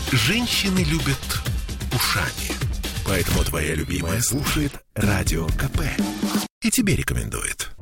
Женщины любят ушами. Поэтому твоя любимая слушает Радио КП. И тебе рекомендует.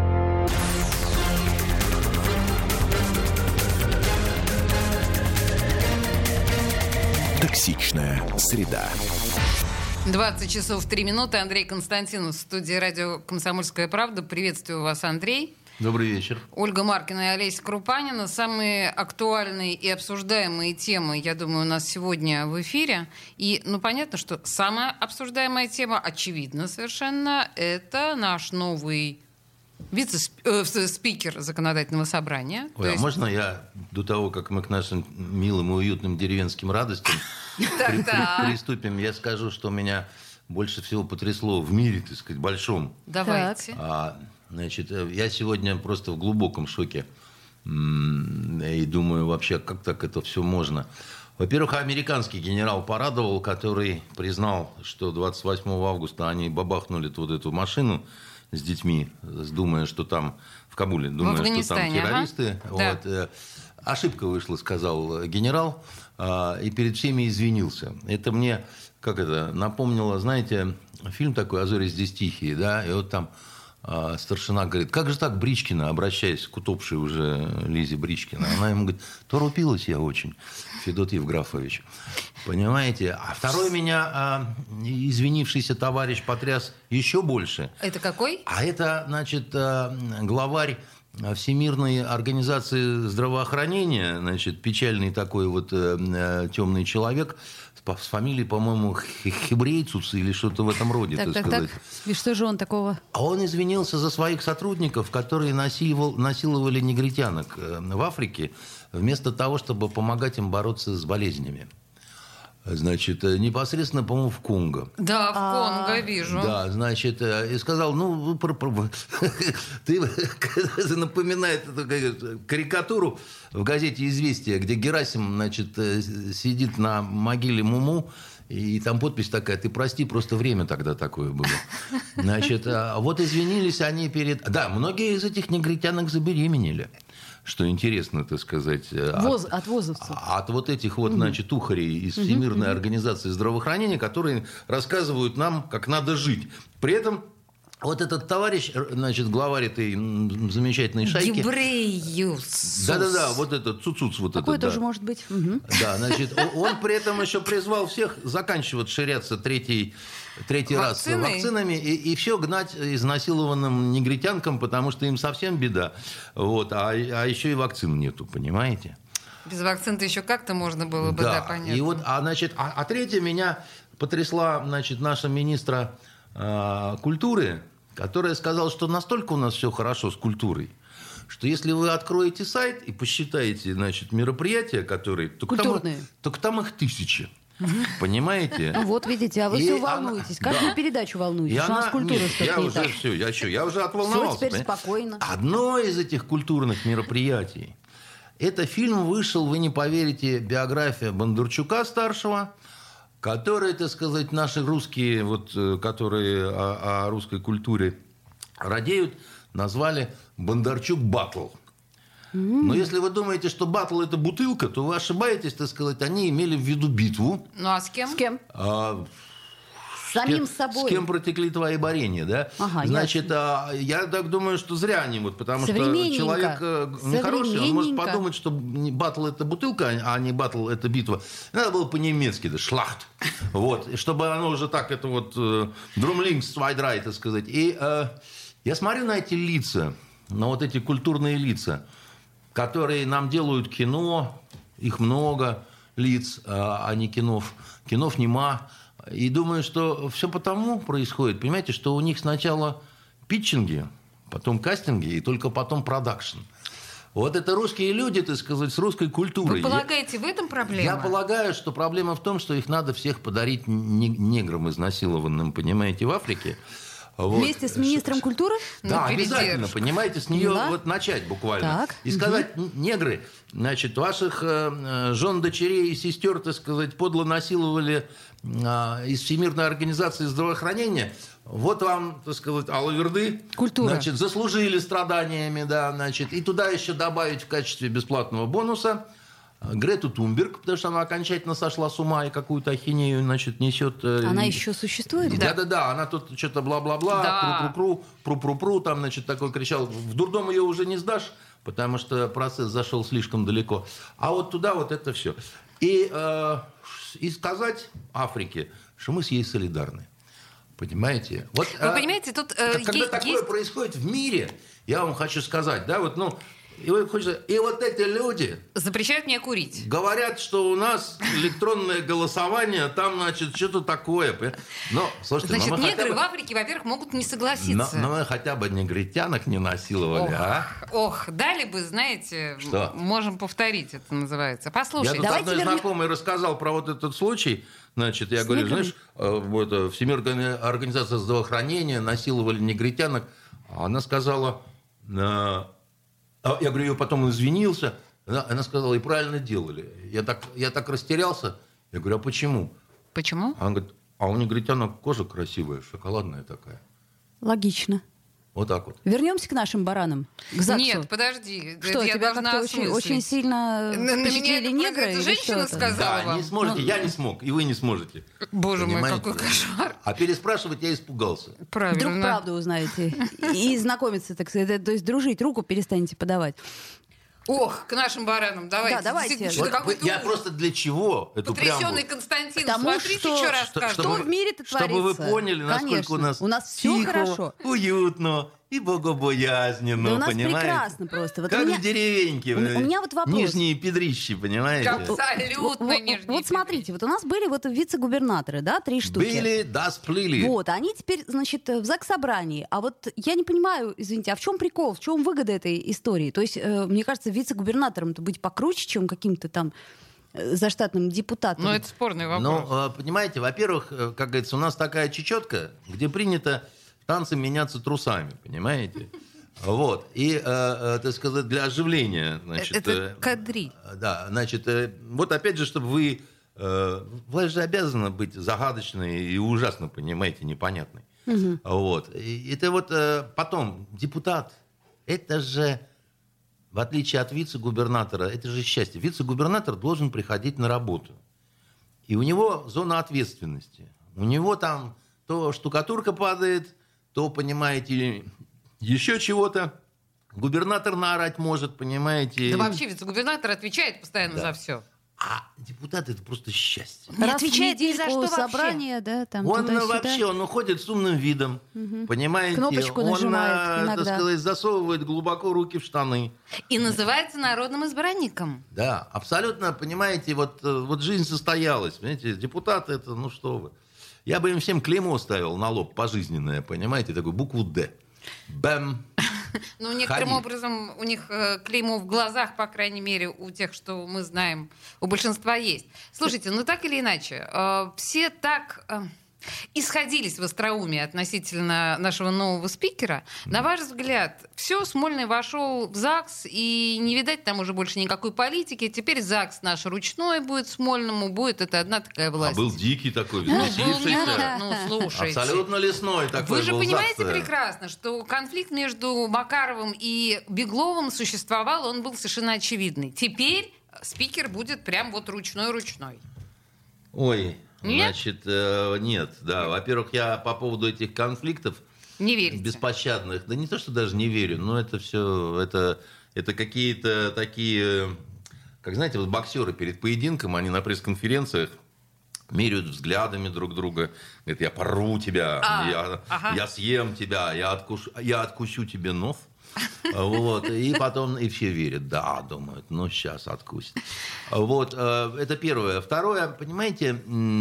Токсичная среда. 20 часов 3 минуты. Андрей Константинов в студии радио «Комсомольская правда». Приветствую вас, Андрей. Добрый вечер. Ольга Маркина и Олеся Крупанина. Самые актуальные и обсуждаемые темы, я думаю, у нас сегодня в эфире. И, понятно, что самая обсуждаемая тема, очевидно совершенно, это наш новый вице-спикер законодательного собрания. Ой, можно я до того, как мы к нашим милым и уютным деревенским радостям приступим, я скажу, что меня больше всего потрясло в мире, так сказать, большом. Давайте. Значит, я сегодня просто в глубоком шоке. И думаю, вообще, как так это все можно? Во-первых, американский генерал порадовал, который признал, что 28 августа они бабахнули вот эту машину с детьми, думая, что там в Кабуле, думая, что там террористы. Ага. Вот. Ошибка вышла, сказал генерал, и перед всеми извинился. Это мне, напомнило, знаете, фильм такой «А зори здесь тихие», да, и вот там старшина говорит: как же так, Бричкина, обращаясь к утопшей уже Лизе Бричкина, она ему говорит: торопилась я очень, Федот Евграфович. Понимаете? А второй меня извинившийся товарищ потряс еще больше. Это какой? А это, значит, главарь Всемирной организации здравоохранения, значит, печальный такой вот темный человек с фамилией, по-моему, Хебрейцус или что-то в этом роде, так сказать. И что же он такого? А он извинился за своих сотрудников, которые насиловали негритянок в Африке, вместо того, чтобы помогать им бороться с болезнями. Значит, непосредственно, по-моему, в Конго. Да, в Конго вижу. Да, значит, и сказал, ты напоминает эту карикатуру в газете «Известия», где Герасим, значит, сидит на могиле Муму, и там подпись такая: ты прости, просто время тогда такое было. Значит, вот извинились они перед... Да, многие из этих негритянок забеременели. Что интересно, так сказать, от возовцев. От вот этих вот, значит, ухарей из Всемирной организации здравоохранения, которые рассказывают нам, как надо жить. При этом вот этот товарищ, значит, главарь этой замечательной шайки... Гебрейюс. Да-да-да, вот этот Цуцуц. Вот такой этот, тоже может быть. Да, значит, он при этом еще призвал всех заканчивать ширяться третий раз вакцинами и все гнать изнасилованным негритянкам, потому что им совсем беда. Вот, а еще и вакцин нету, понимаете? Без вакцин-то еще как-то можно было бы, да понятно. И вот, третья меня потрясла, значит, наша министра культуры, которая сказала, что настолько у нас все хорошо с культурой, что если вы откроете сайт и посчитаете, значит, мероприятия, которые... Культурные. Только там их 1000. Понимаете? Вот видите, а вы все волнуетесь. Каждую передачу волнуетесь. У нас культура что-то не так. Я уже отволновался. Все, теперь спокойно. Одно из этих культурных мероприятий, это фильм вышел, вы не поверите, биография Бондарчука старшего, которые, так сказать, наши русские, вот, которые о русской культуре радеют, назвали «Бондарчук Баттл». Но если вы думаете, что баттл – это бутылка, то вы ошибаетесь, так сказать. Они имели в виду битву. Ну, а с кем? С кем? Самим собой. С кем протекли твои борения, да? Ага, значит, я так думаю, что зря они, потому что человек нехороший, он может подумать, что баттл – это бутылка, а не баттл – это битва. Надо было по-немецки, да, шлахт. Вот, чтобы оно уже так, это вот друмлинг, свайдрай, так сказать. И я смотрю на эти лица, на вот эти культурные лица, которые нам делают кино, их много лиц, а не кинов. Кинов нема. И думаю, что все потому происходит, понимаете, что у них сначала питчинги, потом кастинги и только потом продакшн. Вот это русские люди, так сказать, с русской культурой. Вы полагаете, в этом проблема? Я полагаю, что проблема в том, что их надо всех подарить неграм изнасилованным, понимаете, в Африке. Вот. Вместе с министром культуры? Да, обязательно, понимаете, с нее вот начать буквально. Так. И сказать: негры, значит, ваших жен, дочерей и сестер, так сказать, подло насиловали из Всемирной организации здравоохранения. Вот вам, так сказать, алаверды. Культура. Значит, заслужили страданиями, да, значит. И туда еще добавить в качестве бесплатного бонуса Грету Тунберг, потому что она окончательно сошла с ума и какую-то ахинею, значит, несет. Она еще существует? Да. Она тут что-то бла-бла-бла, пру-пру-пру, там, значит, такой кричал. В дурдом ее уже не сдашь, потому что процесс зашел слишком далеко. А вот туда вот это все. И сказать Африке, что мы с ней солидарны. Понимаете? Вот, вы понимаете, тут когда такое происходит в мире, я вам хочу сказать, да, вот, и вот эти люди запрещают мне курить. Говорят, что у нас электронное голосование, там, значит, что-то такое. Но, слушайте, значит, негры в Африке, во-первых, могут не согласиться. Но мы хотя бы негритянок не насиловали, дали бы, знаете, что? Можем повторить, это называется. Послушайте. Я тут одной знакомой рассказал про вот этот случай. Значит, я говорю, знаешь, Всемирная организация здравоохранения насиловали негритянок. А она сказала... Я говорю, я потом извинился. Она сказала, и правильно делали. Я так растерялся. Я говорю, а почему? Почему? Она говорит, а у негритянок кожа красивая, шоколадная такая. Логично. Вот так вот. Вернемся к нашим баранам, к ЗАГСу. Нет, подожди. Что, тебя как-то очень сильно впечатлили негры? Эта женщина сказала вам? Да, не сможете, я не смог, и вы не сможете. Боже мой, какой кошмар. А переспрашивать я испугался. Правильно. Вдруг правду узнаете. И знакомиться, так сказать, то есть дружить, руку перестанете подавать. Ох, к нашим баранам, давайте. Да, давайте. Я просто для чего эту потрясенный Константин, тому, смотрите, что расскажет. Что в мире-то творится. Чтобы вы поняли, насколько у нас все тихо, хорошо. Уютно и богобоязненно, да у нас понимаете? прекрасно просто. Вот как в деревеньке. У меня вот вопрос. Нижние Педрищи, понимаете? Абсолютно нижние. Вот смотрите, вот у нас были вот вице-губернаторы, да, 3 штуки. Были, да, сплыли. Вот, они теперь, значит, в заксобрании. А вот я не понимаю, извините, а в чем прикол, в чем выгода этой истории? То есть, мне кажется, вице-губернатором-то быть покруче, чем каким-то там заштатным депутатом. Ну, это спорный вопрос. Ну, понимаете, во-первых, как говорится, у нас такая чечетка, где принято танцы меняться трусами, понимаете? Вот. И, так сказать, для оживления. Значит, это кадриль. Да, значит, вот опять же, чтобы вы... Власть же обязана быть загадочной и ужасно, понимаете, непонятной. Угу. Вот. И это вот потом депутат. Это же, в отличие от вице-губернатора, это же счастье. Вице-губернатор должен приходить на работу. И у него зона ответственности. У него там то штукатурка падает, то, понимаете, еще чего-то. Губернатор наорать может, понимаете. Да вообще вице-губернатор отвечает постоянно за все. А депутат это просто счастье. Не отвечает ни за что собрание, да, там он вообще, он уходит с умным видом, понимаете. Кнопочку нажимает иногда. Так сказать, засовывает глубоко руки в штаны. И называется народным избранником. Да, абсолютно, понимаете, вот жизнь состоялась, понимаете, депутаты это, ну что вы. Я бы им всем клеймо ставил на лоб пожизненное, понимаете, такую букву «Д». Бэм. Ну, некоторым образом у них клеймо в глазах, по крайней мере, у тех, что мы знаем, у большинства есть. Слушайте, ну так или иначе, все так исходились в остроумии относительно нашего нового спикера. На ваш взгляд, все, Смольный вошел в ЗАГС, и не видать там уже больше никакой политики. Теперь ЗАГС наш ручной будет Смольному, будет это одна такая власть. А был дикий такой, взбесившийся. Ну, слушайте. Абсолютно лесной такой. Вы же понимаете прекрасно, что конфликт между Макаровым и Бегловым существовал, он был совершенно очевидный. Теперь спикер будет прям вот ручной-ручной. Ой... Нет? Значит, нет, да. Во-первых, я по поводу этих конфликтов не верите? Беспощадных, да не то, что даже не верю, но это все, это какие-то такие, как знаете, вот боксеры перед поединком, они на пресс-конференциях меряют взглядами друг друга, говорят, я порву тебя, я съем тебя, я откусю тебе нос. Вот, и потом и все верят, да, думают, ну сейчас откусит. Вот, это первое. Второе, понимаете,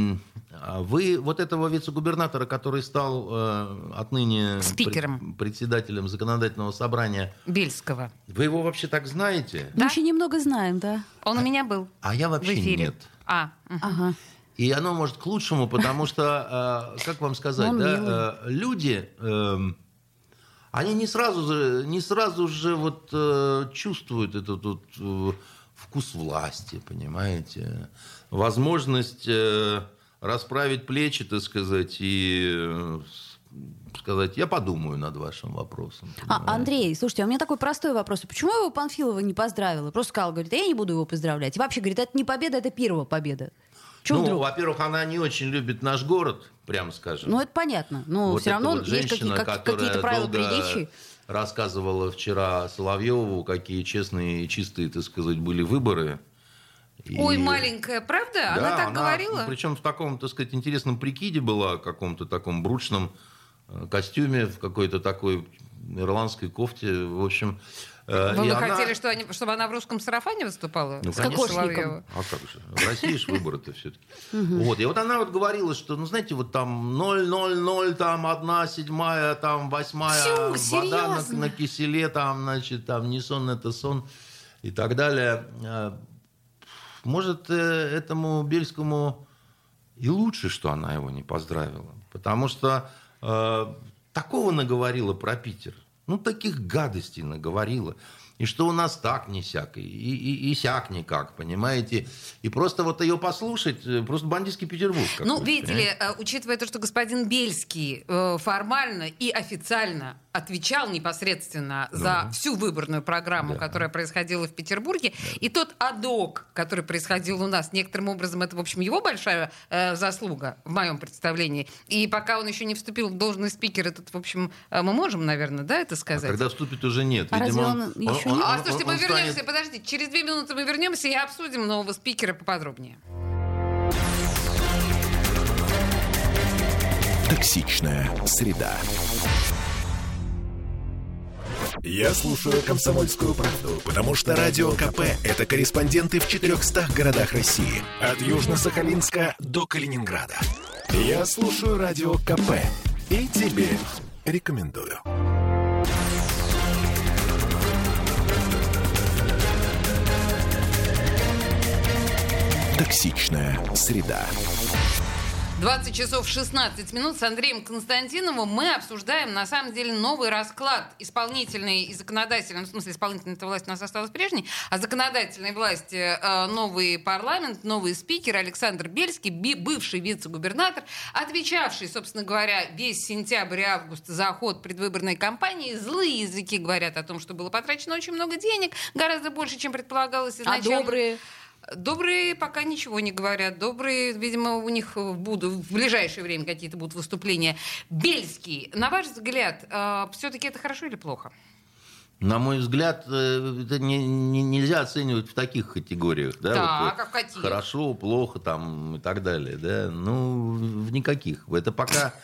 вы вот этого вице-губернатора, который стал отныне спикером, председателем законодательного собрания Бельского, вы его вообще так знаете? Мы еще немного знаем, да. Он у меня был. А я вообще нет. Ага. И оно может к лучшему, потому что, как вам сказать, да, люди... Они не сразу же вот чувствуют этот вот вкус власти, понимаете, возможность расправить плечи, так сказать, и сказать, я подумаю над вашим вопросом. Андрей, слушайте, у меня такой простой вопрос. Почему его Панфилова не поздравила? Просто сказала, говорит, я не буду его поздравлять. И вообще, говорит, это не победа, это первая победа. Во-первых, она не очень любит наш город, прямо скажем. Ну, это понятно. Но все равно есть какие-то правила приличия. Рассказывала вчера Соловьеву, какие честные и чистые, так сказать, были выборы. Ой, маленькая, правда? Да, она так говорила? Причем в таком, так сказать, интересном прикиде была, каком-то таком брючном костюме, в какой-то такой ирландской кофте, в общем. Вы хотели, чтобы она в русском сарафане выступала? Ну, конечно, Соловьева. А как же? В России же выборы-то все-таки. Вот. И вот она вот говорила, что, ну, знаете, вот там 0,00, там 1/7, там 8, вода на киселе, там, значит, там не сон, это сон и так далее. Может, этому Бельскому и лучше, что она его не поздравила. Потому что такого наговорила про Питер. Ну, таких гадостей наговорила. И что у нас так не сяк, и сяк никак, понимаете? И просто вот ее послушать, просто бандитский Петербург. Ну, видите ли, учитывая то, что господин Бельский формально и официально отвечал непосредственно за всю выборную программу, которая происходила в Петербурге, и тот адок, который происходил у нас, некоторым образом, это, в общем, его большая заслуга, в моем представлении. И пока он еще не вступил в должность спикера, тут, в общем, мы можем, наверное, да, это сказать? А когда вступит, уже нет. Видимо, слушайте, мы вернемся, подождите, через 2 минуты мы вернемся и обсудим нового спикера поподробнее. Токсичная среда. Я слушаю «Комсомольскую правду», потому что Радио КП – это корреспонденты в 400 городах России. От Южно-Сахалинска до Калининграда. Я слушаю Радио КП и тебе рекомендую. Токсичная среда. 20 часов 16 минут с Андреем Константиновым мы обсуждаем, на самом деле, новый расклад исполнительной и законодательной, в смысле, исполнительная власть у нас осталась прежней, а законодательной власти новый парламент, новый спикер Александр Бельский, бывший вице-губернатор, отвечавший, собственно говоря, весь сентябрь и август за ход предвыборной кампании. Злые языки говорят о том, что было потрачено очень много денег, гораздо больше, чем предполагалось изначально. А добрые? Добрые пока ничего не говорят. Добрые, видимо, у них в ближайшее время какие-то будут выступления. Бельский, на ваш взгляд, все-таки это хорошо или плохо? На мой взгляд, это нельзя оценивать в таких категориях. Да, так, а в каких? Хорошо, плохо там, и так далее. Да? Ну, в никаких. Это пока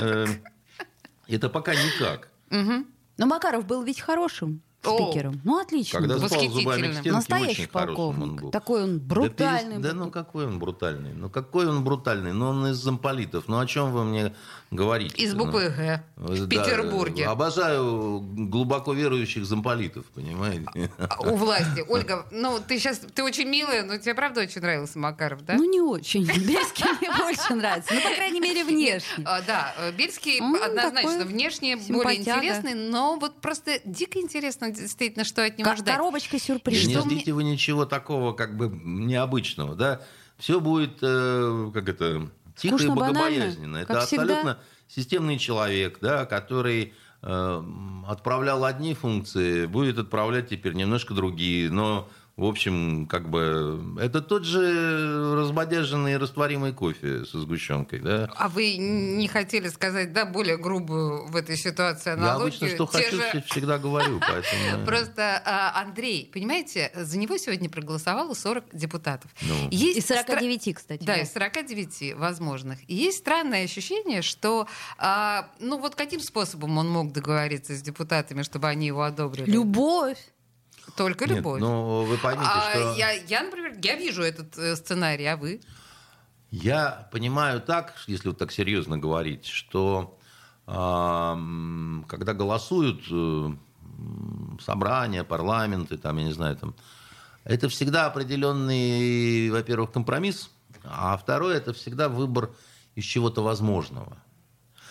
никак. Но Макаров был ведь хорошим спикером. Ну, отлично. Когда спал зубами к стенке, настоящий очень хорошим он полковник. был. Такой он брутальный. Ну какой он брутальный? Ну, он из замполитов. Ну, о чем вы мне говорите? Из буквы «Г» в Петербурге. Обожаю глубоко верующих замполитов, понимаете? У власти. Ольга, ты очень милая, но тебе, правда, очень нравился Макаров, да? Ну, не очень. Бельский мне больше нравится. Ну, по крайней мере, внешне. Да, Бельский однозначно внешне более интересный, но вот просто дико интересно действительно, что от него ждать. Коробочка сюрприз. Не ждите вы ничего такого, как бы, необычного, да? Все будет, тихо и богобоязненно. Это абсолютно системный человек, да, который отправлял одни функции, будет отправлять теперь немножко другие, но... В общем, это тот же разбодяженный и растворимый кофе со сгущенкой, да? А вы не хотели сказать, да, более грубую в этой ситуации аналогию? Я обычно, что хочу, всегда говорю, поэтому... Просто, Андрей, понимаете, за него сегодня проголосовало 40 депутатов. Из 49, кстати. Да, из 49 возможных. И есть странное ощущение, что, каким способом он мог договориться с депутатами, чтобы они его одобрили? Любовь. Только любовь. Ну, вы поймите, что... Я, например, вижу этот сценарий, а вы? Я понимаю так, если вот так серьезно говорить, что когда голосуют собрания, парламенты, там, я не знаю, там, это всегда определенный, во-первых, компромисс, а второе, это всегда выбор из чего-то возможного.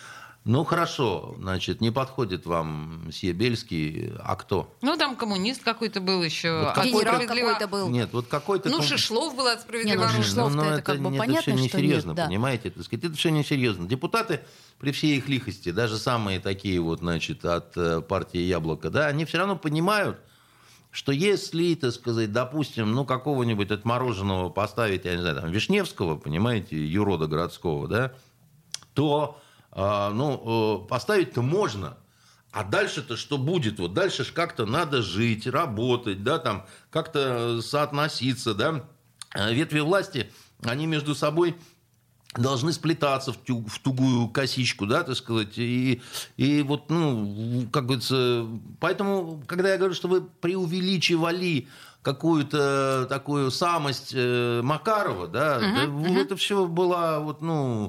Ну, хорошо, значит, не подходит вам мсье Бельский, а кто? Ну, там коммунист какой-то был еще. Вот генерал какой-то был. Нет, вот какой-то... Ну, Шишлов был от «Справедливого». Шишлов-то это как бы понятно, это все что несерьезно, нет, да. понимаете? Так сказать, это все несерьезно. Депутаты, при всей их лихости, даже самые такие вот, значит, от партии «Яблоко», да, они все равно понимают, что если, так сказать, допустим, ну, какого-нибудь отмороженного поставить, я не знаю, там, Вишневского, понимаете, юрода городского, да, то... поставить-то можно. А дальше-то что будет? Вот дальше ж как-то надо жить, работать, да, там, как-то соотноситься, да. Ветви власти, они между собой должны сплетаться в тугую косичку, да, так сказать. И вот, ну, как говорится... Поэтому, когда я говорю, что вы преувеличивали какую-то такую самость Макарова, да, это все было вот, ну...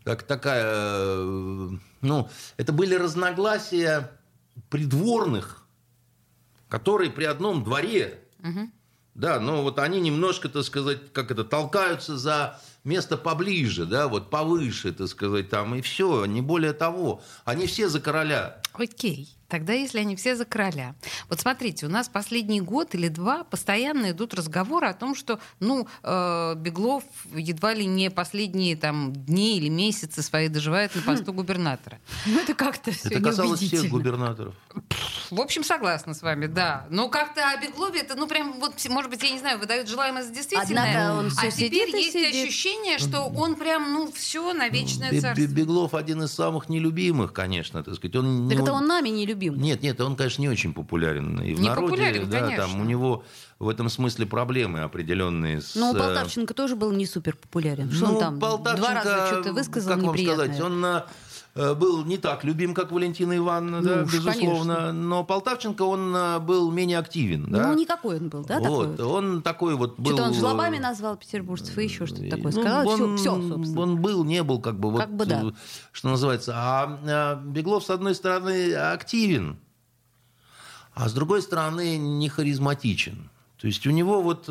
это были разногласия придворных, которые при одном дворе, да, но вот они немножко, так сказать, толкаются за место поближе, да, вот повыше, так сказать, там, и все, не более того. Они все за короля. Окей. Тогда, если они все за короля. Вот смотрите, у нас последний год или два постоянно идут разговоры о том, что, Беглов едва ли не последние там дни или месяцы свои доживает на посту губернатора. Ну, это как-то все неубедительно. Это касалось всех губернаторов. В общем, согласна с вами, да. Но как-то о Беглове это, прям, вот, может быть, я не знаю, выдает желаемое за действительное. Однако он а теперь есть ощущение, что он прям, все на вечное царство. Беглов один из самых нелюбимых, конечно, так сказать. Это он нами не любим. Нет, он, конечно, не очень популярен и в не народе. Популярен, да, конечно. Там у него в этом смысле проблемы определенные с... Ну, Полтавченко тоже был не супер популярен. Что он там два раза что-то высказал неприятное? Как вам сказать, он был не так любим, как Валентина Ивановна, да, безусловно. Конечно. Но Полтавченко, он был менее активен. Да? Ну, никакой он был, да? Вот, такой? Он такой вот был... Что-то он жлобами назвал петербуржцев и еще что-то такое сказал. Все, собственно. Он был, не был, как бы, как бы, да. Что называется. А Беглов, с одной стороны, активен, а с другой стороны, не харизматичен. То есть у него вот...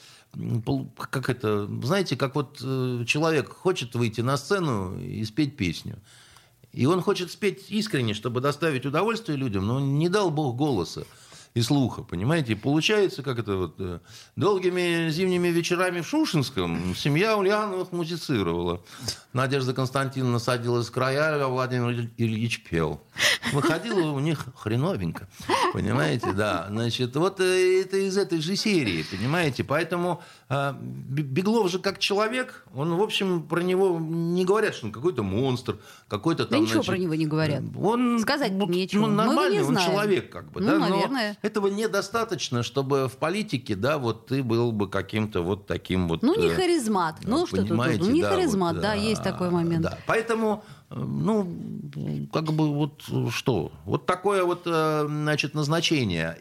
знаете, как вот человек хочет выйти на сцену и спеть песню. И он хочет спеть искренне, чтобы доставить удовольствие людям, но не дал Бог голоса и слуха, понимаете? И получается, долгими зимними вечерами в Шушинском семья Ульяновых музицировала. Надежда Константиновна садилась с края, а Владимир Ильич пел. Выходило у них хреновенько, понимаете? Да, значит, вот это из этой же серии, понимаете? Поэтому Беглов же как человек, он, в общем, про него не говорят, что он какой-то монстр, какой-то там... Да ничего про него не говорят. Сказать-то нечего. Нормальный он человек, как бы, да? Наверное. Но этого недостаточно, чтобы в политике, да, вот ты был бы каким-то вот таким вот... Ну, не харизмат. Ну, что тут? Ну, не харизмат, да, есть такой момент. Да. Поэтому, вот такое вот, значит, назначение.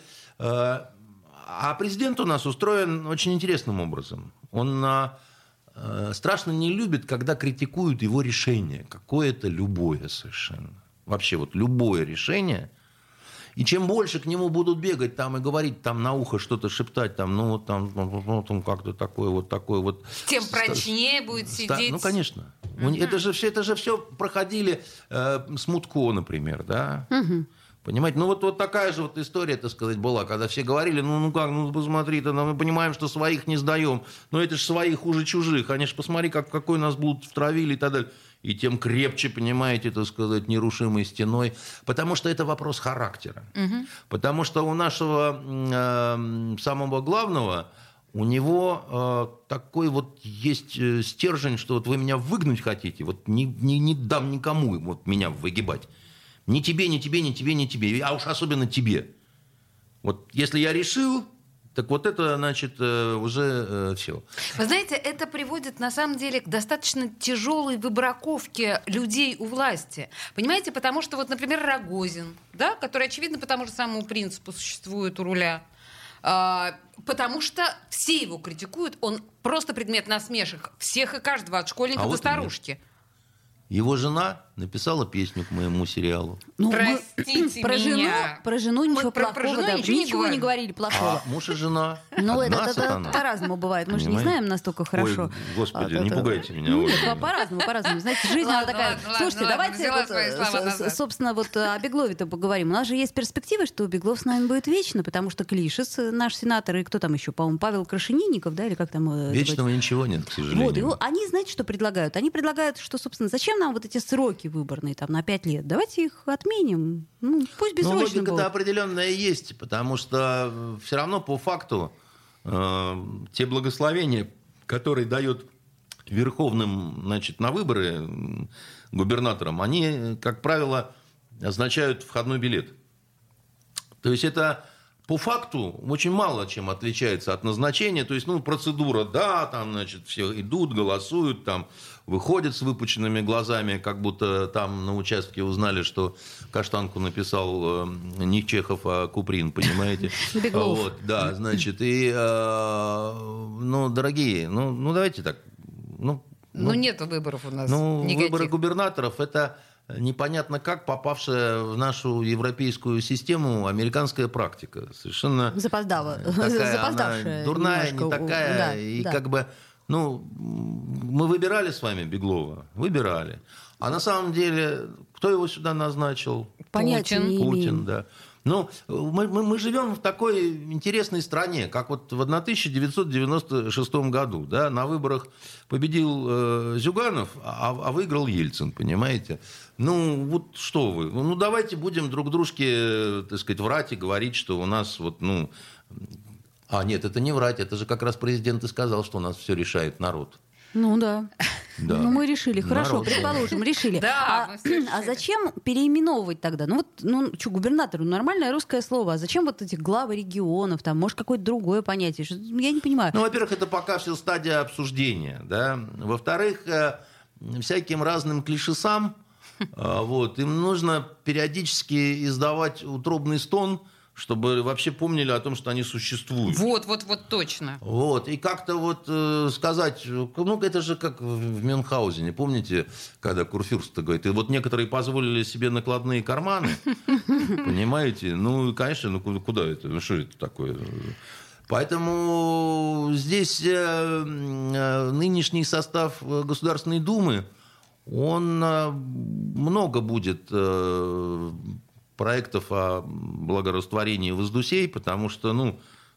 А президент у нас устроен очень интересным образом. Он страшно не любит, когда критикуют его решение. Какое-то любое совершенно. Вообще вот любое решение. И чем больше к нему будут бегать там и говорить там на ухо что-то шептать, там, там как-то такое вот. Тем прочнее будет сидеть. Ну, конечно. Это же все проходили с Мутко, например, да? Понимаете? Ну, вот такая же вот история, так сказать, была, когда все говорили, посмотри, мы понимаем, что своих не сдаем, но это же своих хуже чужих, они же посмотри, какой нас будут втравили и так далее. И тем крепче, понимаете, так сказать, нерушимой стеной. Потому что это вопрос характера. Потому что у нашего самого главного, у него такой вот есть стержень, что вот вы меня выгнать хотите, вот не дам никому вот меня выгибать. Ни тебе, ни тебе, ни тебе, ни тебе. А уж особенно тебе. Вот если я решил... Так вот это, значит, уже все. Вы знаете, это приводит, на самом деле, к достаточно тяжелой выбраковке людей у власти. Понимаете, потому что, вот, например, Рогозин, да, который, очевидно, по тому же самому принципу существует у руля, потому что все его критикуют, он просто предмет насмешек всех и каждого, от школьника до старушки. Его жена написала песню к моему сериалу. Простите меня. Про жену ничего плохого. Ничего не говорили плохого. А муж и жена. Ну, это по-разному бывает. Мы же не знаем настолько хорошо. Ой, господи, не пугайте меня. По-разному. Знаете, жизнь она такая. Слушайте, давайте, собственно, вот о Беглове-то поговорим. У нас же есть перспективы, что Беглов с нами будет вечно, потому что Клишес, наш сенатор, и кто там еще, по-моему, Павел Крашенинников, да, или как там? Вечного ничего нет, к сожалению. Вот, и они, знаете, что предлагают? Они предлагают, что, собственно, зачем нам вот эти сроки выборные там на 5 лет? Давайте их отменим. Ну, пусть бессрочно будет. Логика-то определенная есть, потому что все равно по факту те благословения, которые дает верховным, значит, на выборы губернаторам, они, как правило, означают входной билет. То есть это по факту очень мало чем отличается от назначения. То есть, процедура, да, там, значит, все идут, голосуют, там, выходят с выпученными глазами, как будто там на участке узнали, что Каштанку написал не Чехов, а Куприн, понимаете? Беглов. Вот, да, значит, и, дорогие, давайте так. Нету выборов у нас. Выборы губернаторов – это непонятно как попавшая в нашу европейскую систему американская практика. Совершенно запоздавшая. Дурная, не такая. Да, и как бы, мы выбирали с вами Беглова? Выбирали. А на самом деле, кто его сюда назначил? Путин, да. Мы живем в такой интересной стране, как вот в 1996 году. Да, на выборах победил Зюганов, а выиграл Ельцин, понимаете? Вот что вы. Давайте будем друг дружке, так сказать, врать и говорить, что у нас нет, это не врать, это же как раз президент и сказал, что у нас все решает народ. Да. Мы решили. Хорошо, народ, предположим, решили. Да, а зачем переименовывать тогда? Губернатор, нормальное русское слово. А зачем вот эти главы регионов? Там, может, какое-то другое понятие? Я не понимаю. Во-первых, это пока все стадия обсуждения. Да? Во-вторых, всяким разным клишесам им нужно периодически издавать утробный стон, чтобы вообще помнили о том, что они существуют. Вот, точно. И как-то сказать, это же как в Мюнхгаузене, помните, когда Курфюрст говорит, и некоторые позволили себе накладные карманы, понимаете, конечно, куда это, что это такое? Поэтому здесь нынешний состав Государственной Думы, он много будет проектов о благорастворении воздусей, потому что,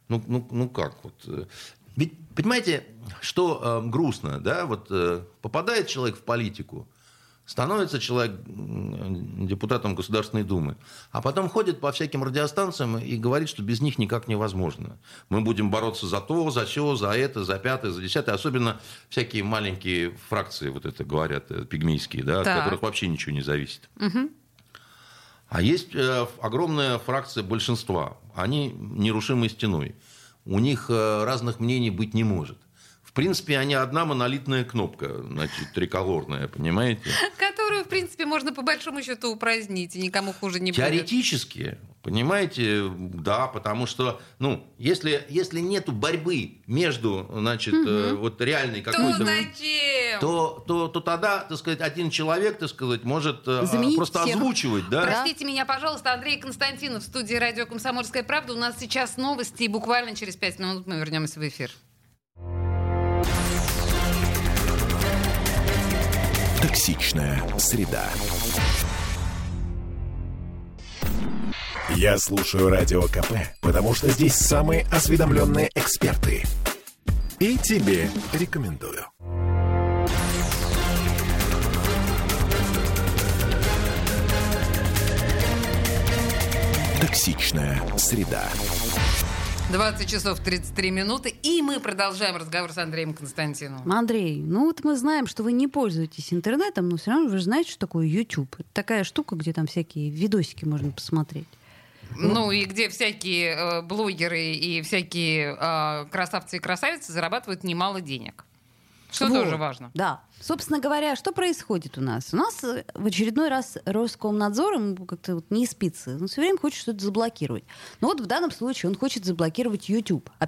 Ведь, понимаете, что грустно, да? Попадает человек в политику, становится человек депутатом Государственной Думы, а потом ходит по всяким радиостанциям и говорит, что без них никак невозможно. Мы будем бороться за то, за сё, за это, за пятое, за десятое. Особенно всякие маленькие фракции, это говорят, пигмейские, да, от которых вообще ничего не зависит. Угу. А есть огромная фракция большинства. Они нерушимой стеной. У них разных мнений быть не может. В принципе, они одна монолитная кнопка, триколорная, понимаете? Которую, в принципе, можно по большому счету упразднить, и никому хуже не будет. Теоретически, понимаете, да, потому что, если нету борьбы между, реальной какой-то... То зачем? То тогда, так сказать, один человек, так сказать, может заменить просто всех. Озвучивать, да? Простите меня, пожалуйста, Андрей Константинов в студии радио «Комсомольская правда». У нас сейчас новости, и буквально через 5 минут мы вернемся в эфир. Токсичная среда. Я слушаю Радио КП, потому что здесь самые осведомленные эксперты. И тебе рекомендую. Токсичная среда. 20 часов 33 минуты, и мы продолжаем разговор с Андреем Константиновым. Андрей, мы знаем, что вы не пользуетесь интернетом, но все равно вы же знаете, что такое YouTube. Это такая штука, где там всякие видосики можно посмотреть. И где всякие блогеры и всякие красавцы и красавицы зарабатывают немало денег. Что тоже важно. Да. Собственно говоря, что происходит у нас? У нас в очередной раз Роскомнадзор, ему как-то не спится, он все время хочет что-то заблокировать. В данном случае он хочет заблокировать YouTube опять.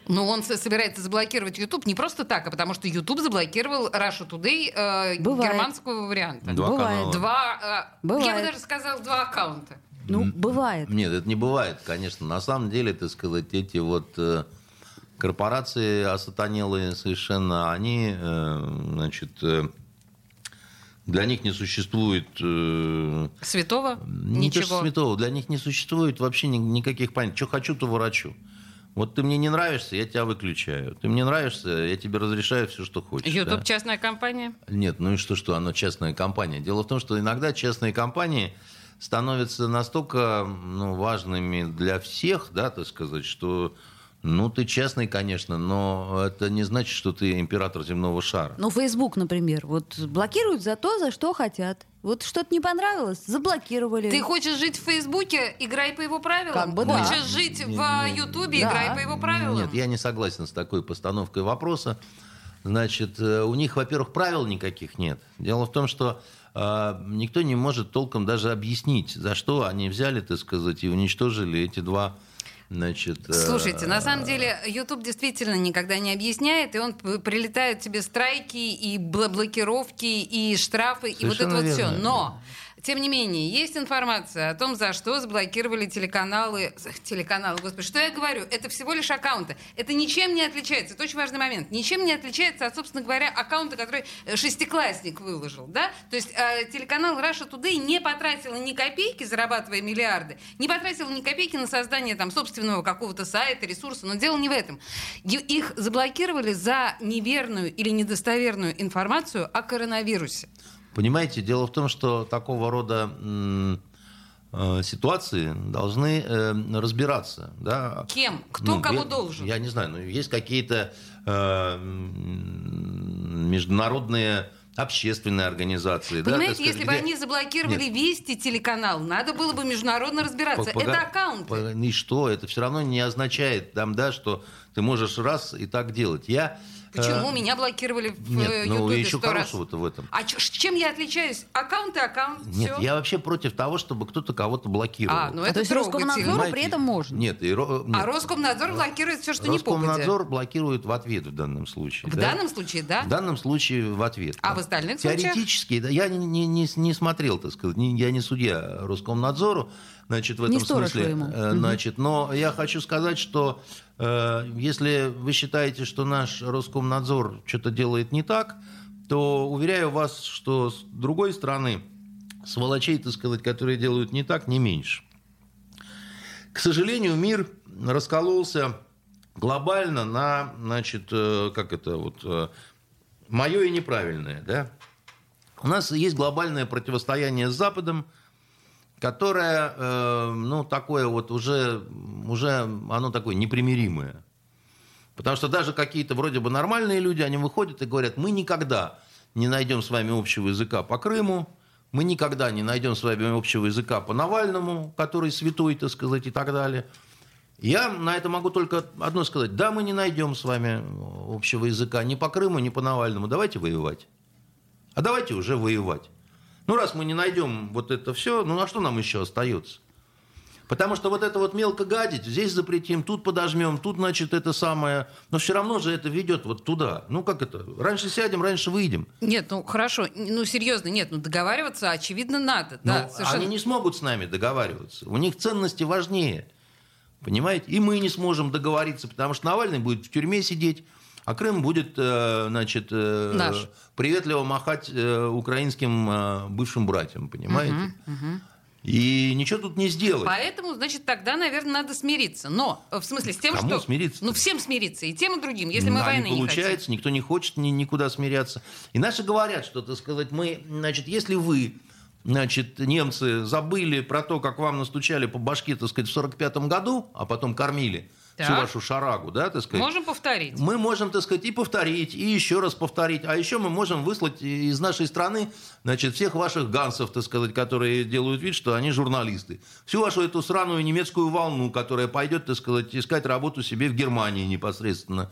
Но он собирается заблокировать YouTube не просто так, а потому что YouTube заблокировал Russia Today германского варианта. Бывает. Я бы даже сказала, 2 аккаунта. Бывает. Нет, это не бывает, конечно. На самом деле, так сказать, эти вот корпорации осатанелые совершенно, они, значит, для них не существует... Святого? Не то, что святого. Для них не существует вообще никаких понятий. Что хочу, то ворочу. Вот ты мне не нравишься, я тебя выключаю. Ты мне нравишься, я тебе разрешаю все, что хочешь. YouTube да? частная компания? Нет, ну и что, оно частная компания. Дело в том, что иногда частные компании становятся настолько важными для всех, да, так сказать, что... ты частный, конечно, но это не значит, что ты император земного шара. Facebook, например, вот блокируют за то, за что хотят. Вот что-то не понравилось, заблокировали. Ты хочешь жить в Фейсбуке, играй по его правилам. Как бы, да. Хочешь жить в Ютубе, играй по его правилам. Нет, я не согласен с такой постановкой вопроса. Значит, у них, во-первых, правил никаких нет. Дело в том, что никто не может толком даже объяснить, за что они взяли, так сказать, и уничтожили эти 2... Слушайте, на самом деле, YouTube действительно никогда не объясняет, и он прилетает тебе страйки, и блокировки, и штрафы, совершенно и вот это верно. Вот все. Но, тем не менее, есть информация о том, за что заблокировали телеканалы, господи, что я говорю? Это всего лишь аккаунты. Это ничем не отличается, это очень важный момент, ничем не отличается от, собственно говоря, аккаунта, который шестиклассник выложил, да? То есть телеканал Russia Today не потратил ни копейки, зарабатывая миллиарды, не потратил ни копейки на создание там собственного какого-то сайта, ресурса, но дело не в этом. Их заблокировали за неверную или недостоверную информацию о коронавирусе. Понимаете, дело в том, что такого рода ситуации должны разбираться. Да? Кем? Кто кому должен? Я не знаю, но есть какие-то международные общественные организации. Понимаете, да, если бы они заблокировали Вести телеканал, надо было бы международно разбираться. Это аккаунты. И что? Это все равно не означает, что ты можешь раз и так делать. Почему? Меня блокировали в Ютубе 100 раз. Еще хорошего-то в этом. А чем я отличаюсь? Аккаунт и аккаунт. Нет, я вообще против того, чтобы кто-то кого-то блокировал. То есть Роскомнадзору при этом можно? Нет. А Роскомнадзор блокирует все, что не попадет. Роскомнадзор блокирует в ответ в данном случае. В данном случае, да? В данном случае в ответ. А в остальных случаях? Теоретически, да, я не смотрел, так сказать, я не судья Роскомнадзору, в этом не смысле. Но я хочу сказать, что если вы считаете, что наш Роскомнадзор что-то делает не так, то уверяю вас, что с другой стороны сволочей, так сказать, которые делают не так, не меньше. К сожалению, мир раскололся глобально на, мое и неправильное. Да? У нас есть глобальное противостояние с Западом, которое, такое вот уже оно такое непримиримое. Потому что даже какие-то вроде бы нормальные люди, они выходят и говорят, мы никогда не найдем с вами общего языка по Крыму, мы никогда не найдем с вами общего языка по Навальному, который святой, так сказать, и так далее. Я на это могу только одно сказать. Да, мы не найдем с вами общего языка ни по Крыму, ни по Навальному. Давайте воевать. А давайте уже воевать. Раз мы не найдем вот это все, а что нам еще остается? Потому что вот это вот мелко гадить, здесь запретим, тут подожмем, тут, это самое. Но все равно же это ведет вот туда. Как это? Раньше сядем, раньше выйдем. Нет, хорошо. Серьезно, нет. Договариваться, очевидно, надо. Да, совершенно... Они не смогут с нами договариваться. У них ценности важнее. Понимаете? И мы не сможем договориться, потому что Навальный будет в тюрьме сидеть, а Крым будет, приветливо махать украинским бывшим братьям, понимаете? И ничего тут не сделать. Поэтому, тогда, наверное, надо смириться. Но, в смысле, с тем, Кому что... смириться? Всем смириться. И тем, и другим, если мы войны не получается, хотим. Никто не хочет никуда смиряться. И наши говорят, что, мы, если вы, немцы забыли про то, как вам настучали по башке, в 45-м году, а потом кормили всю вашу шарагу, да, так сказать. Можем повторить. Мы можем, и повторить, и еще раз повторить. А еще мы можем выслать из нашей страны, всех ваших гансов, которые делают вид, что они журналисты. Всю вашу эту сраную немецкую волну, которая пойдет, искать работу себе в Германии непосредственно.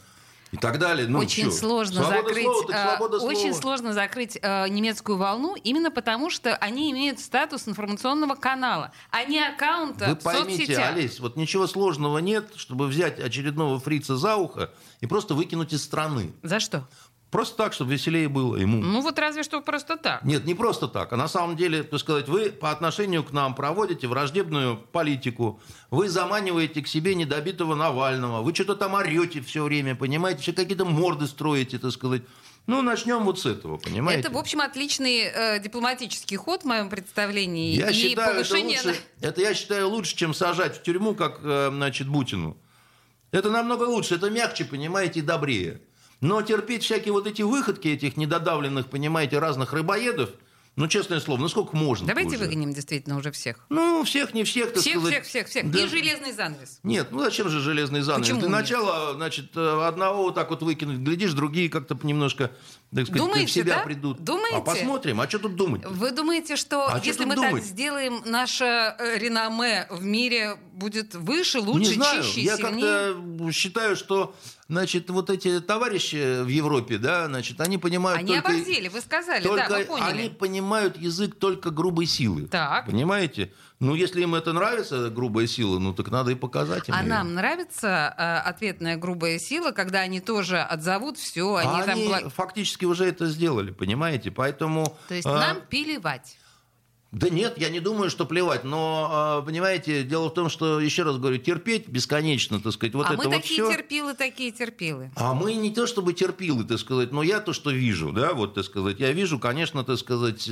и так далее. Ну, очень сложно закрыть, очень сложно закрыть немецкую волну, именно потому, что они имеют статус информационного канала, а не аккаунта в соцсетях. Вы поймите, Олесь, вот ничего сложного нет, чтобы взять очередного фрица за ухо и просто выкинуть из страны. За что? Просто так, чтобы веселее было ему. Ну вот разве что просто так. Нет, не просто так. А на самом деле, так сказать, вы по отношению к нам проводите враждебную политику. Вы заманиваете к себе недобитого Навального. Вы что-то там орете все время, понимаете? Все какие-то морды строите, так сказать. Ну, начнем вот с этого, понимаете? Это, в общем, отличный дипломатический ход в моем представлении. Я считаю, это я считаю лучше, чем сажать в тюрьму, как, значит, Бутину. Это намного лучше, это мягче, понимаете, и добрее. Но терпеть всякие вот эти выходки этих недодавленных, понимаете, разных рыбоедов, ну, честное слово, ну сколько можно? Давайте выгоним действительно уже всех. Ну, всех, не всех, так сказать. Всех. Да. И железный занавес. Нет, ну зачем же железный занавес? Почему Для начала, значит, одного вот так вот выкинуть, глядишь, другие как-то немножко, так сказать, думаете, в себя да? придут. Думаете? А посмотрим, а что тут думать? Вы думаете, что если мы так сделаем, наше реноме в мире будет выше, лучше, не знаю. чище, Я сильнее? как-то считаю, что, значит, вот эти товарищи в Европе, да, значит, они понимают они только... оборзели, вы сказали, да, вы поняли. Они понимают язык только грубой силы. Так. Понимаете? Ну, если им это нравится, грубая сила, ну, так надо и показать им. А нам нравится ответная грубая сила, когда они тоже отзовут все, они фактически уже это сделали, понимаете? Поэтому... То есть нам плевать. Да нет, я не думаю, что плевать, но, понимаете, дело в том, что, еще раз говорю, терпеть бесконечно, так сказать, вот это вот все. А мы такие терпилы. А мы не то чтобы терпилы, так сказать, но я то, что вижу, да, вот, так сказать, я вижу, конечно, так сказать,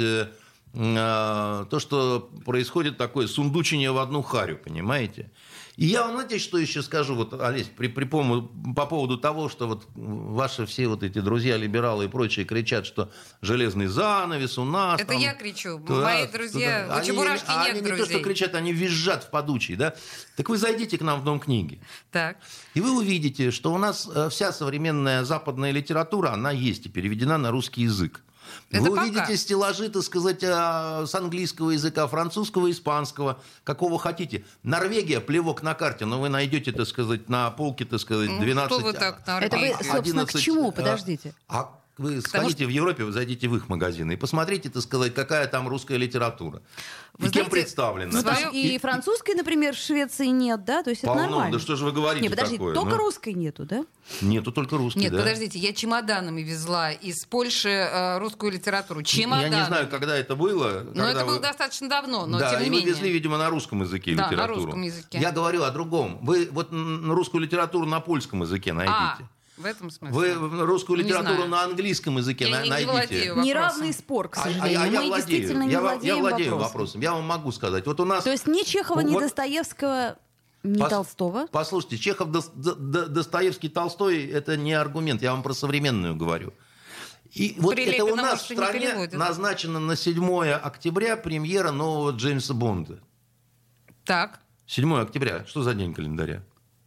то, что происходит такое сундучение в одну харю, понимаете? И я вам, знаете, что еще скажу, вот, Олесь, по поводу того, что вот ваши все вот эти друзья-либералы и прочие кричат, что железный занавес у нас... Это там, я кричу, мои друзья, у Чебурашки нет они друзей. Они не то, что кричат, они визжат в подучий, да? Так вы зайдите к нам в Дом книги. Так. И вы увидите, что у нас вся современная западная литература, она есть и переведена на русский язык. Вы увидите стеллажи, так сказать, с английского языка, французского, испанского, какого хотите. Норвегия, плевок на карте, но вы найдете, так сказать, на полке, так сказать, 12... Что вы так, это вы, собственно, 11, к чему? Подождите. Вы сходите в Европе, вы зайдите в их магазины и посмотрите, так сказать, какая там русская литература. И кем представлена. Ну, и французской, например, в Швеции нет, да? То есть это нормально. Да что же вы говорите Нет, подождите, такое? Только русской нету, да? Нету только русской, Нет, да. подождите, я чемоданами везла из Польши русскую литературу. Чемоданами. Я не знаю, когда это было. Но это было достаточно давно, но тем не менее. Да, и вы везли, видимо, на русском языке литературу. Да, на русском языке. Я говорю о другом. Вы вот русскую литературу на польском языке найдите. В этом смысле. Вы русскую литературу на английском языке найдите. Неравный спор, к сожалению. Мы действительно не владеем владею вопросом. Я вам могу сказать. Вот у нас... То есть ни Чехова, ни Достоевского, ни Толстого? Послушайте, Чехов, Достоевский, Толстой – это не аргумент. Я вам про современную говорю. И вот это у нас в стране назначена на 7 октября премьера нового Джеймса Бонда. Так. 7 октября. Что за день календаря?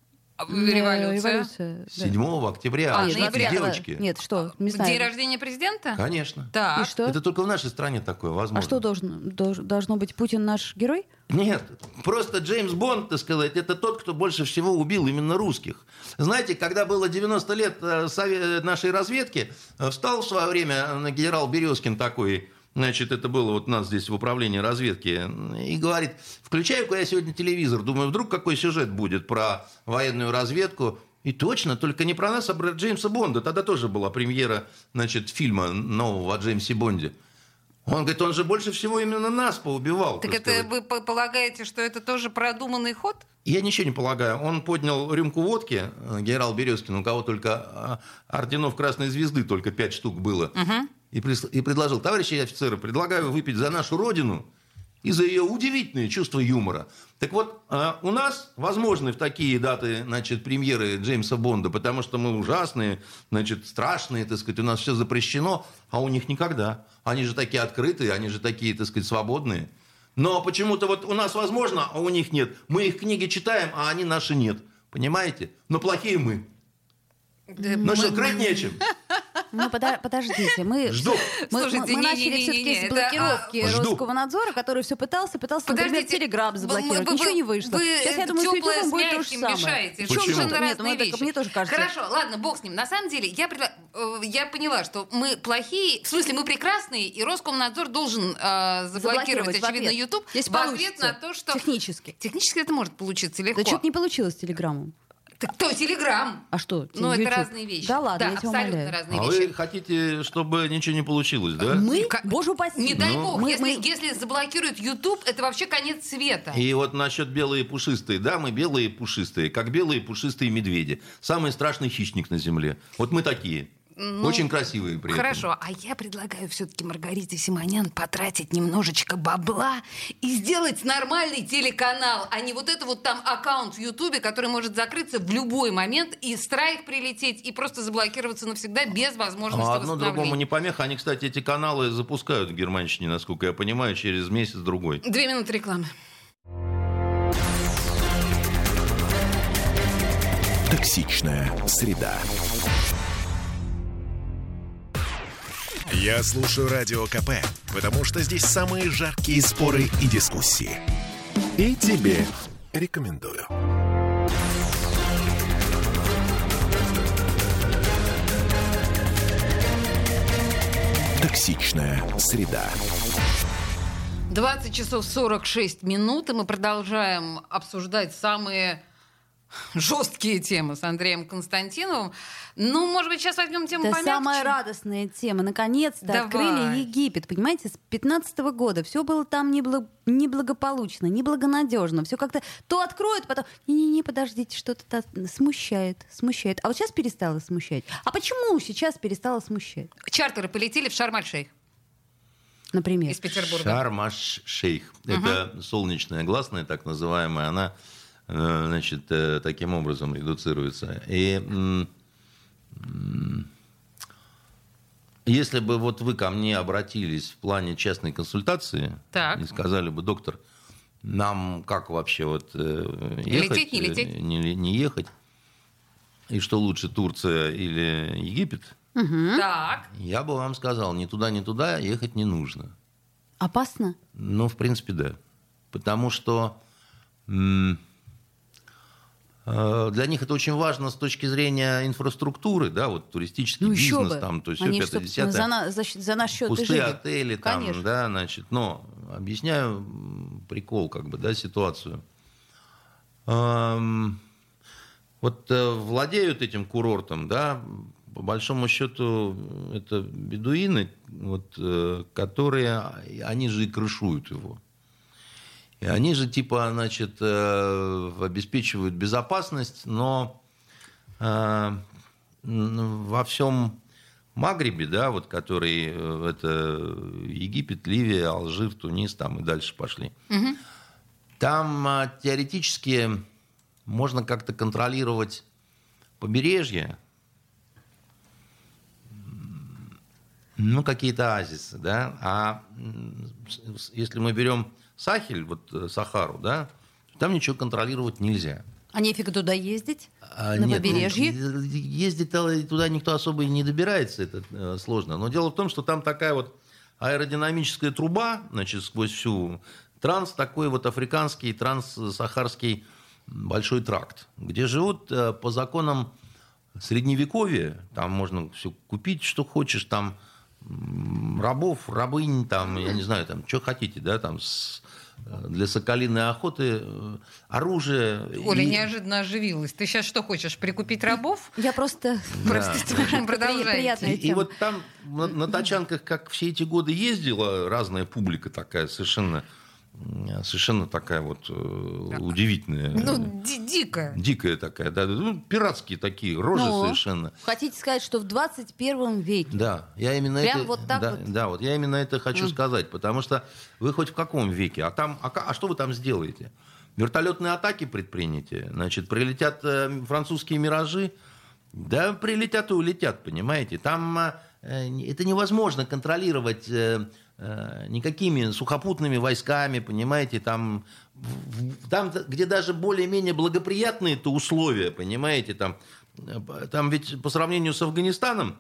Революция. 7 октября. Девочки. Нет, что? Не знаю. День рождения президента? Конечно. Так. И что? Это только в нашей стране такое возможно. А что должно быть? Путин наш герой? Нет. Просто Джеймс Бонд, так сказать, это тот, кто больше всего убил именно русских. Знаете, когда было 90 лет нашей разведки, встал в свое время генерал Березкин такой... Значит, это было вот у нас здесь в управлении разведки. И говорит, включаю-ка я сегодня телевизор. Думаю, вдруг какой сюжет будет про военную разведку. И точно, только не про нас, а про Джеймса Бонда. Тогда тоже была премьера, значит, фильма нового о Джеймсе Бонде. Он говорит, он же больше всего именно нас поубивал. Так это вы полагаете, что это тоже продуманный ход? Я ничего не полагаю. Он поднял рюмку водки, генерал Березкин, у кого только орденов Красной Звезды, только 5 штук было. Угу. И предложил, товарищи офицеры, предлагаю выпить за нашу Родину и за ее удивительное чувство юмора. Так вот, у нас возможны в такие даты, значит, премьеры Джеймса Бонда, потому что мы ужасные, значит, страшные, так сказать, у нас все запрещено, а у них никогда. Они же такие открытые, они же такие, так сказать, свободные. Но почему-то вот у нас возможно, а у них нет. Мы их книги читаем, а они наши нет. Понимаете? Но плохие мы. Ну что, крыть нечем. Ну, подождите, мы начали все-таки с блокировки Роскомнадзора, который все пытался, например, Телеграм заблокировать. Ничего не вышло. Сейчас, я думаю, с Ютубом будет то же самое. Почему? Мне тоже кажется. Хорошо, ладно, бог с ним. На самом деле, я поняла, что мы плохие, в смысле, мы прекрасные, и Роскомнадзор должен заблокировать, очевидно, YouTube в ответ на то, что... Технически. Технически это может получиться легко. Да что-то не получилось с Телеграмом. Так кто? Телеграм. А что? Ну, это разные вещи. Да ладно, я тебя абсолютно умоляю. разные вещи. вещи. Вы хотите, чтобы ничего не получилось, да? Мы? Боже упаси. Не дай бог. Если заблокируют YouTube, это вообще конец света. И вот насчет белые пушистые. Да, мы белые пушистые, как белые пушистые медведи. Самый страшный хищник на земле. Вот мы такие. Очень красивые при этом. Хорошо, а я предлагаю все-таки Маргарите Симонян потратить немножечко бабла и сделать нормальный телеканал, а не вот это вот там аккаунт в Ютубе, который может закрыться в любой момент и страйк прилететь, и просто заблокироваться навсегда без возможности одно восстановления. другому не помеха. Они, кстати, эти каналы запускают в Германщине, насколько я понимаю, через месяц-другой. 2 минуты рекламы. Токсичная среда. Я слушаю Радио КП, потому что здесь самые жаркие споры и дискуссии. И тебе рекомендую. Токсичная среда. 20 часов 46 минут, и мы продолжаем обсуждать самые жесткие темы с Андреем Константиновым. Ну, может быть, сейчас возьмем тему помягче? Это самая радостная тема. Наконец-то Давай. Открыли Египет. Понимаете, с 15 года все было там неблагополучно, неблагонадежно. Все как-то то откроют, потом... Не-не-не, подождите, что-то смущает. А вот сейчас перестало смущать. А почему сейчас перестало смущать? Чартеры полетели в Шарм-эль-Шейх. Например. Из Петербурга. Шарм-эль-Шейх. Это солнечная гласная, так называемая. Она, значит, таким образом редуцируется. И если бы вот вы ко мне обратились в плане частной консультации и сказали бы: доктор, нам как вообще вот ехать? Лететь, не лететь? Не ехать? И что лучше, Турция или Египет? Угу. Так. Я бы вам сказал, ни туда, ни туда ехать не нужно. Опасно? Ну, в принципе, да. Потому что для них это очень важно с точки зрения инфраструктуры, да, вот туристический бизнес, там, то есть они, все 5-10. За наш счет пустые жили. отели, там, конечно. Да, значит, но объясняю прикол, как бы, да, ситуацию. Вот владеют этим курортом, да, по большому счету, это бедуины, вот, которые, они же и крышуют его. И они же, типа, значит, обеспечивают безопасность, но во всем Магрибе, да, вот, который, это Египет, Ливия, Алжир, Тунис, там и дальше пошли, там теоретически можно как-то контролировать побережье, ну, какие-то оазисы, да, а если мы берем Сахель, вот Сахару, да, там ничего контролировать нельзя. А нефиг туда ездить? На побережье? Ездить туда никто особо и не добирается, это сложно. Но дело в том, что там такая вот аэродинамическая труба, значит, сквозь всю такой вот африканский, транссахарский большой тракт, где живут по законам Средневековья, там можно все купить, что хочешь, там рабов, рабынь, там, я не знаю, там, что хотите, да, там, для соколиной охоты, оружие. Оля неожиданно оживилась. Ты сейчас что хочешь, прикупить рабов? Я просто... Продолжайте. И вот там на тачанках, как все эти годы ездила разная публика такая, совершенно такая вот удивительная. Ну, дикая. Дикая такая, да. Ну, пиратские такие рожи совершенно. Хотите сказать, что в 21 веке? Да, я именно прям это... вот так вот? Да, вот я именно это хочу сказать, потому что вы хоть в каком веке, а что вы там сделаете? Вертолетные атаки предприняте, значит, прилетят французские «Миражи», да, прилетят и улетят, понимаете? Там это невозможно контролировать никакими сухопутными войсками, понимаете, там, где даже более-менее благоприятные-то условия, понимаете, там ведь по сравнению с Афганистаном,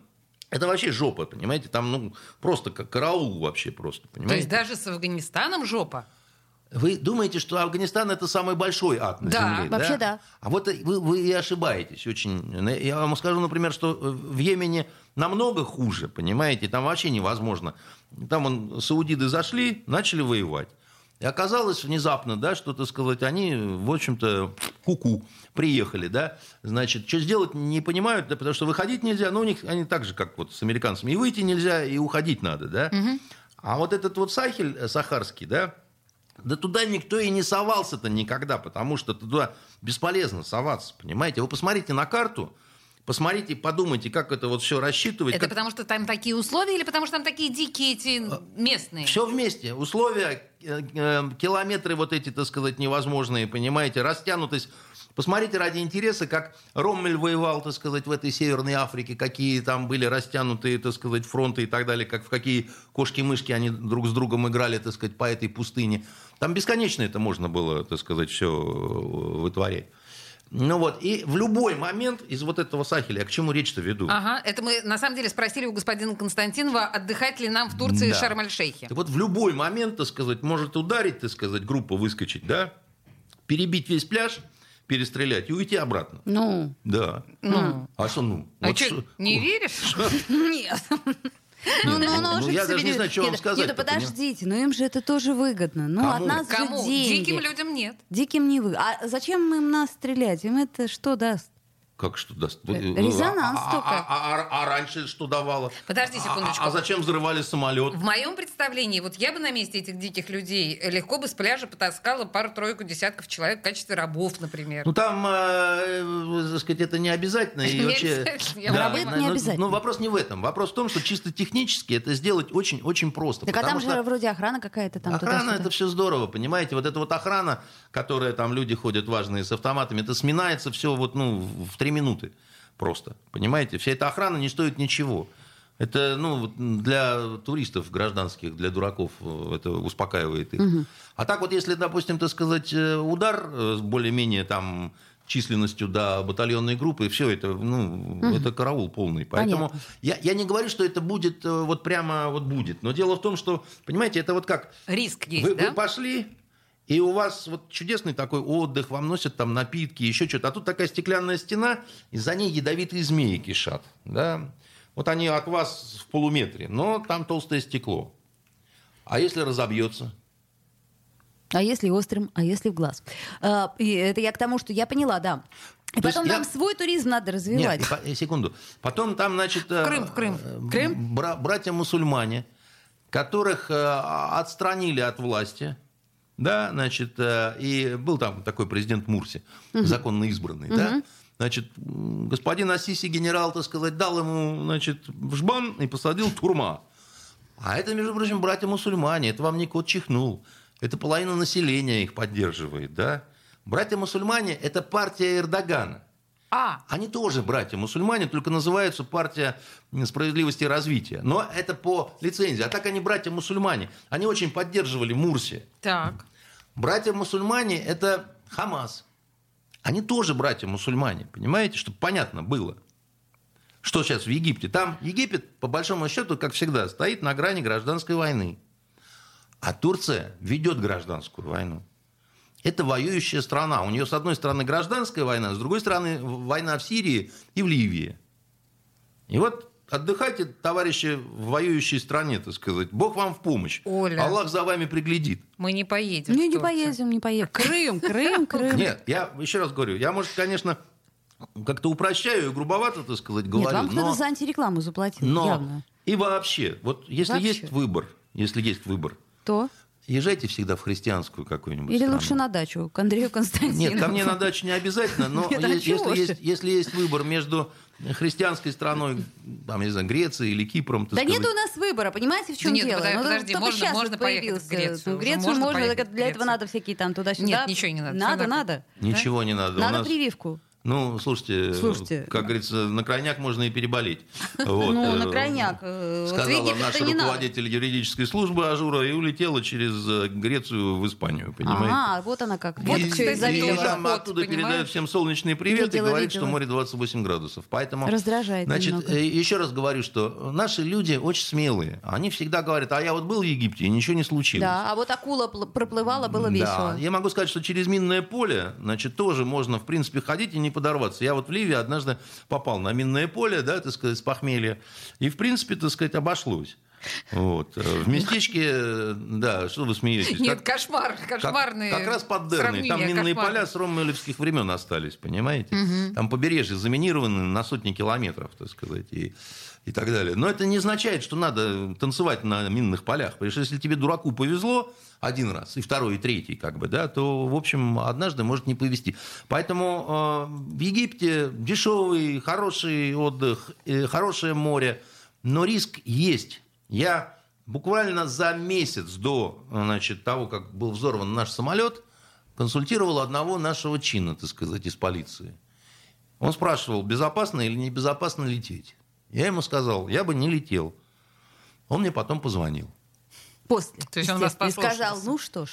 Это вообще жопа, понимаете? Там просто как караул вообще просто, понимаете? То есть даже с Афганистаном жопа? Вы думаете, что Афганистан – это самый большой ад на Земле? Вообще да. А вот вы и ошибаетесь очень. Я вам скажу, например, что в Йемене намного хуже, понимаете? Там вообще невозможно. Там саудиды зашли, начали воевать. И оказалось внезапно, да, что, так сказать, они, в общем-то, ку-ку, приехали, да, значит, что сделать не понимают, да, потому что выходить нельзя, но у них они так же, как вот с американцами, и выйти нельзя, и уходить надо, да. Угу. А вот этот вот Сахель сахарский, да туда никто и не совался-то никогда, потому что туда бесполезно соваться, понимаете. Вы посмотрите на карту, посмотрите, подумайте, как это вот все рассчитывать. Это потому что там такие условия или потому что там такие дикие эти местные? Все вместе. Условия, километры вот эти, так сказать, невозможные, понимаете, растянутость. Посмотрите ради интереса, как Роммель воевал, так сказать, в этой Северной Африке, какие там были растянутые, так сказать, фронты и так далее, как в какие кошки-мышки они друг с другом играли, так сказать, по этой пустыне. Там бесконечно это можно было, так сказать, все вытворять. Ну вот, и в любой момент из вот этого Сахеля, я к чему речь-то веду? Ага, это мы на самом деле спросили у господина Константинова, отдыхать ли нам в Турции Шарм-эль-Шейхе. Так вот, в любой момент, так сказать, может ударить, так сказать, группа выскочить, да, перебить весь пляж, перестрелять и уйти обратно. Ну. Да. Ну. А что, ну? А вот что, не веришь? Нет. Я даже не знаю, что вам сказать. Нет, подождите, но им же это тоже выгодно. Ну, от нас же деньги. Диким людям нет. Диким не выгодно. А зачем им нас стрелять? Им это что даст? Как что даст? Резонанс только. А раньше что давало? Подожди секундочку. А зачем взрывали самолет? В моем представлении, вот я бы на месте этих диких людей легко бы с пляжа потаскала пару-тройку десятков человек в качестве рабов, например. Ну, там, так сказать, это не обязательно. Не обязательно. Но вопрос не в этом. Вопрос в том, что чисто технически это сделать очень-очень просто. Так а там же вроде охрана какая-то там. Охрана — это все здорово, понимаете? Вот эта вот охрана, которая там люди ходят важные с автоматами, это сминается все вот, в 3 минуты просто, понимаете? Вся эта охрана не стоит ничего. Это, для туристов гражданских, для дураков это успокаивает их. Угу. А так вот, если, допустим, так сказать, удар с более-менее там численностью до батальонной группы, все это, это караул полный. Поэтому я не говорю, что это будет вот прямо вот будет. Но дело в том, что, понимаете, это вот как... Риск есть, вы пошли... И у вас вот чудесный такой отдых, вам носят там напитки, еще что-то. А тут такая стеклянная стена, и за ней ядовитые змеи кишат. Да? Вот они от вас в полуметре, но там толстое стекло. А если разобьется? А если острым, а если в глаз? И это я к тому, что я поняла, да. И потом там свой туризм надо развивать. Нет, секунду. Потом там, значит... Крым. Братья-мусульмане, которых отстранили от власти... Да, значит, и был там такой президент Мурси, законно избранный, да. Значит, господин Ассиси, генерал, так сказать, дал ему, значит, в жбан и посадил в турма. А это, между прочим, братья-мусульмане, это вам не кот чихнул. Это половина населения их поддерживает, да. Братья-мусульмане – это партия Эрдогана. Они тоже братья-мусульмане, только называются партия справедливости и развития. Но это по лицензии. А так они братья-мусульмане. Они очень поддерживали Мурси. Так. Братья-мусульмане – это Хамас. Они тоже братья-мусульмане, понимаете, чтобы понятно было. Что сейчас в Египте? Там Египет, по большому счету, как всегда, стоит на грани гражданской войны. А Турция ведет гражданскую войну. Это воюющая страна. У нее, с одной стороны, гражданская война, с другой стороны, война в Сирии и в Ливии. И вот отдыхайте, товарищи, в воюющей стране, так сказать. Бог вам в помощь. Оля, Аллах за вами приглядит. Мы не поедем. Не поедем. Крым. Нет, я еще раз говорю, я, может, конечно, как-то упрощаю и грубовато, так сказать, говорю. Нет, вам кто-то за антирекламу заплатил, явно. И вообще, вот если есть выбор, то... Езжайте всегда в христианскую какую-нибудь Или страну. лучше на дачу, к Андрею Константинову. Нет, ко мне на дачу не обязательно, но если есть выбор между христианской страной, там, не знаю, Грецией или Кипром... Да нет у нас выбора, понимаете, в чем дело? Подожди, можно поехать в Грецию. Грецию можно, для этого надо всякие там туда-сюда. Нет, ничего не надо. Ничего не надо. Надо прививку. Ну, слушайте, как говорится, на крайняк можно и переболеть. Вот. Ну, на крайняк. Сказала наш руководитель юридической службы Ажура и улетела через Грецию в Испанию, понимаете? А, вот она как. Вот, и там оттуда передают всем солнечный привет и говорит, что море 28 градусов. Поэтому, раздражает значит, еще раз говорю, что наши люди очень смелые. Они всегда говорят, а я вот был в Египте, и ничего не случилось. Да, а вот акула проплывала, было весело. Да, я могу сказать, что через минное поле, значит, тоже можно, в принципе, ходить и не подорваться. Я вот в Ливии однажды попал на минное поле, да, так сказать, с похмелья, и, в принципе, так сказать, обошлось. Вот. В местечке, да, что вы смеетесь? Нет, кошмарные. Как раз под Дерной. Там минные поля с роммелевских времен остались, понимаете? Угу. Там побережье заминировано на сотни километров, так сказать, и так далее. Но это не означает, что надо танцевать на минных полях. Потому что если тебе, дураку, повезло один раз, и второй, и третий, как бы, да, то, в общем, однажды может не повезти. Поэтому в Египте дешевый, хороший отдых, хорошее море, но риск есть. Я буквально за месяц до, значит, того, как был взорван наш самолет, консультировал одного нашего чина, так сказать, из полиции. Он спрашивал, безопасно или небезопасно лететь. Я ему сказал, я бы не летел. Он мне потом позвонил. После. То есть он вас послушался. И сказал, ну что ж.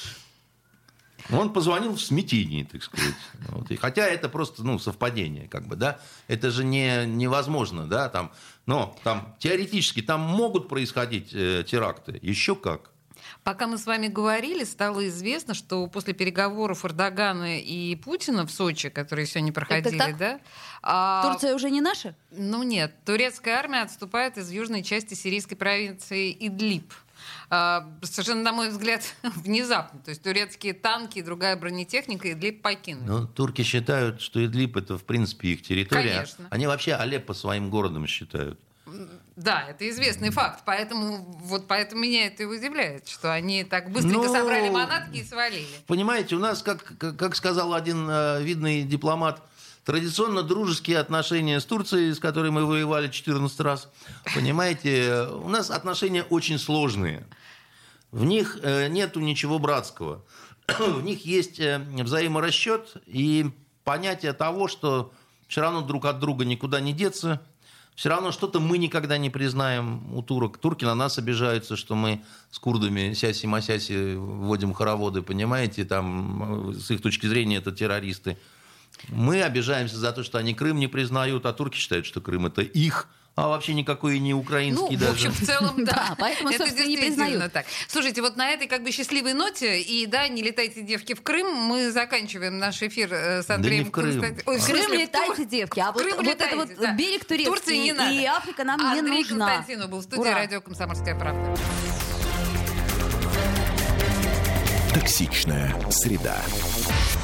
Он позвонил в смятении, так сказать. Вот. И хотя это просто совпадение, как бы, да. Это же невозможно, да. Там, но там, теоретически там могут происходить теракты. Еще как. Пока мы с вами говорили, стало известно, что после переговоров Эрдогана и Путина в Сочи, которые сегодня проходили, да? Турция уже не наша? Ну нет. Турецкая армия отступает из южной части сирийской провинции Идлиб. Совершенно, на мой взгляд, внезапно. То есть турецкие танки и другая бронетехника Идлиб покинули. Ну, турки считают, что Идлиб — это, в принципе, их территория. Конечно. Они вообще Алеппо своим городом считают. Да, это известный факт. Поэтому меня это и удивляет, что они так быстренько собрали манатки и свалили. Понимаете, у нас, как сказал один видный дипломат, традиционно дружеские отношения с Турцией, с которой мы воевали 14 раз. Понимаете, у нас отношения очень сложные. В них нету ничего братского. В них есть взаиморасчет и понятие того, что все равно друг от друга никуда не деться. Все равно что-то мы никогда не признаем у турок. Турки на нас обижаются, что мы с курдами сяси-масяси вводим хороводы, понимаете? Там, с их точки зрения, это террористы. Мы обижаемся за то, что они Крым не признают, а турки считают, что Крым — это их, а вообще никакой и не украинский даже. В общем, в целом, да. Поэтому, собственно, не признают. Так. Слушайте, вот на этой как бы счастливой ноте, и да, не летайте, девки, в Крым, мы заканчиваем наш эфир с Андреем Константиновичем. В Крым летайте, девки, а вот это вот берег турецкий и Африка нам не нужна. Андрей Константинов был в студии радио «Комсомольская правда». Токсичная среда.